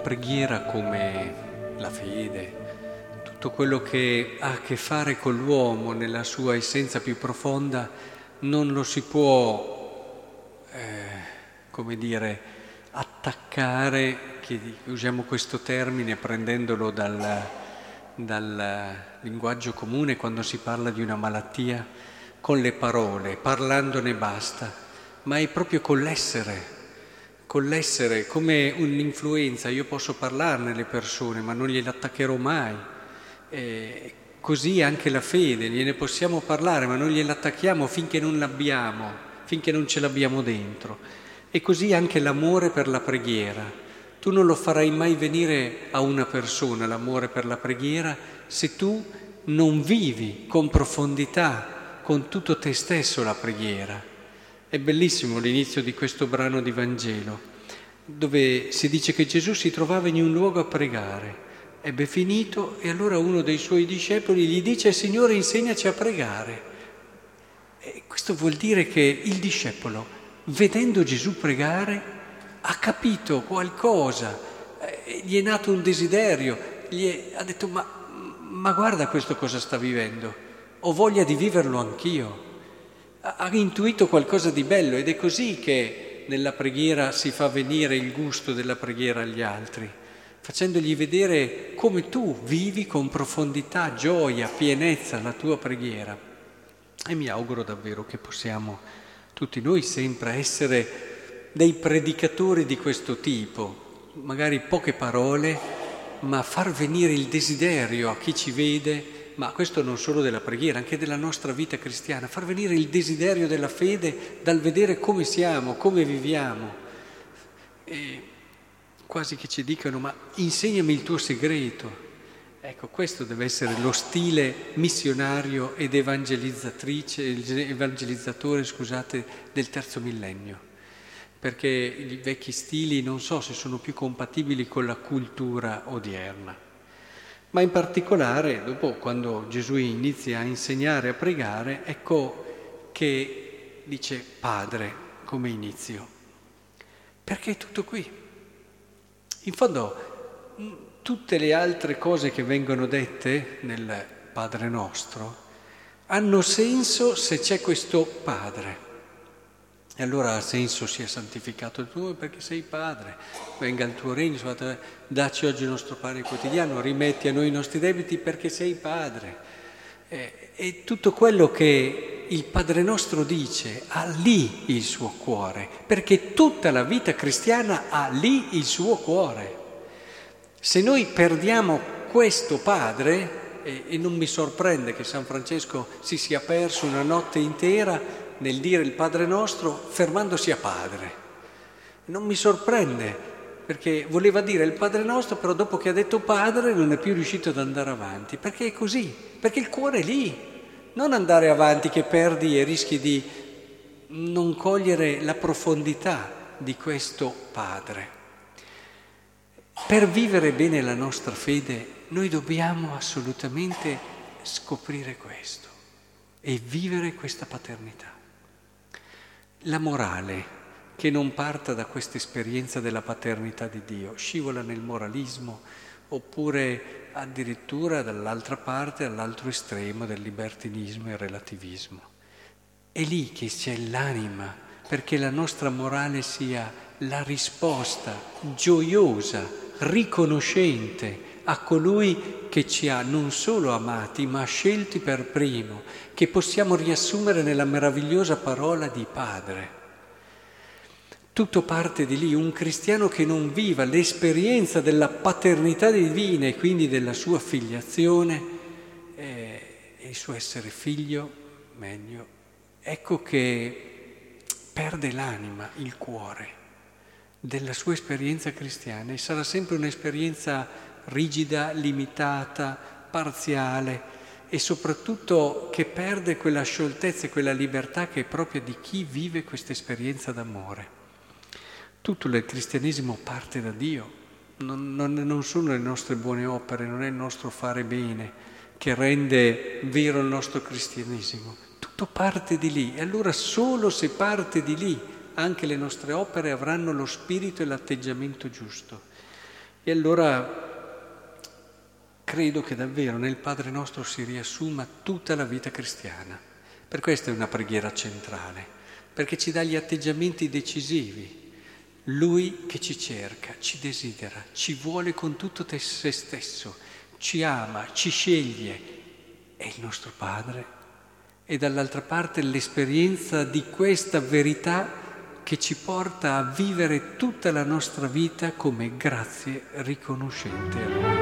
preghiera come la fede, tutto quello che ha a che fare con l'uomo nella sua essenza più profonda, non lo si può, attaccare, che usiamo questo termine prendendolo dal linguaggio comune quando si parla di una malattia, con le parole, parlandone basta, ma è proprio con l'essere, come un'influenza. Io posso parlarne alle persone, ma non gliele attaccherò mai. Così anche la fede, gliene possiamo parlare, ma non gliela attacchiamo finché non l'abbiamo, finché non ce l'abbiamo dentro. E così anche l'amore per la preghiera. Tu non lo farai mai venire a una persona, l'amore per la preghiera, se tu non vivi con profondità, con tutto te stesso la preghiera. È bellissimo l'inizio di questo brano di Vangelo, dove si dice che Gesù si trovava in un luogo a pregare. Ebbe finito e allora uno dei suoi discepoli gli dice: Signore, insegnaci a pregare. E questo vuol dire che il discepolo, vedendo Gesù pregare, ha capito qualcosa, gli è nato un desiderio, ha detto ma guarda questo cosa sta vivendo, ho voglia di viverlo anch'io. Ha intuito qualcosa di bello ed è così che nella preghiera si fa venire il gusto della preghiera agli altri, facendogli vedere come tu vivi con profondità, gioia, pienezza la tua preghiera. E mi auguro davvero che possiamo tutti noi sempre essere dei predicatori di questo tipo, magari poche parole, ma far venire il desiderio a chi ci vede. Ma questo non solo della preghiera, anche della nostra vita cristiana, far venire il desiderio della fede dal vedere come siamo, come viviamo. E quasi che ci dicano: ma insegnami il tuo segreto. Ecco, questo deve essere lo stile missionario ed evangelizzatore, del terzo millennio. Perché i vecchi stili non so se sono più compatibili con la cultura odierna. Ma in particolare, dopo, quando Gesù inizia a insegnare a pregare, ecco che dice Padre come inizio. Perché è tutto qui. In fondo, tutte le altre cose che vengono dette nel Padre nostro hanno senso se c'è questo Padre. E allora ha senso sia santificato il tuo nome perché sei Padre, venga il tuo regno, dacci oggi il nostro pane quotidiano, rimetti a noi i nostri debiti perché sei Padre. E tutto quello che il Padre nostro dice ha lì il suo cuore, perché tutta la vita cristiana ha lì il suo cuore. Se noi perdiamo questo Padre, e non mi sorprende che San Francesco si sia perso una notte intera nel dire il Padre nostro fermandosi a Padre. Non mi sorprende, perché voleva dire il Padre nostro, però dopo che ha detto Padre non è più riuscito ad andare avanti, perché è così, perché il cuore è lì. Non andare avanti che perdi e rischi di non cogliere la profondità di questo Padre. Per vivere bene la nostra fede noi dobbiamo assolutamente scoprire questo e vivere questa paternità. La morale che non parta da questa esperienza della paternità di Dio scivola nel moralismo oppure addirittura dall'altra parte, all'altro estremo del libertinismo e il relativismo. È lì che c'è l'anima, perché la nostra morale sia la risposta gioiosa, riconoscente a colui che ci ha non solo amati, ma scelti per primo, che possiamo riassumere nella meravigliosa parola di Padre. Tutto parte di lì. Un cristiano che non viva l'esperienza della paternità divina e quindi della sua filiazione e il suo essere figlio, meglio, ecco che perde l'anima, il cuore della sua esperienza cristiana e sarà sempre un'esperienza rigida, limitata, parziale e soprattutto che perde quella scioltezza e quella libertà che è propria di chi vive questa esperienza d'amore. Tutto il cristianesimo parte da Dio, non sono le nostre buone opere, non è il nostro fare bene che rende vero il nostro cristianesimo. Tutto parte di lì e allora solo se parte di lì anche le nostre opere avranno lo spirito e l'atteggiamento giusto. E allora credo che davvero nel Padre nostro si riassuma tutta la vita cristiana. Per questo è una preghiera centrale, perché ci dà gli atteggiamenti decisivi. Lui che ci cerca, ci desidera, ci vuole con tutto se stesso, ci ama, ci sceglie, è il nostro Padre. E dall'altra parte l'esperienza di questa verità che ci porta a vivere tutta la nostra vita come grazie riconoscenti a Lui.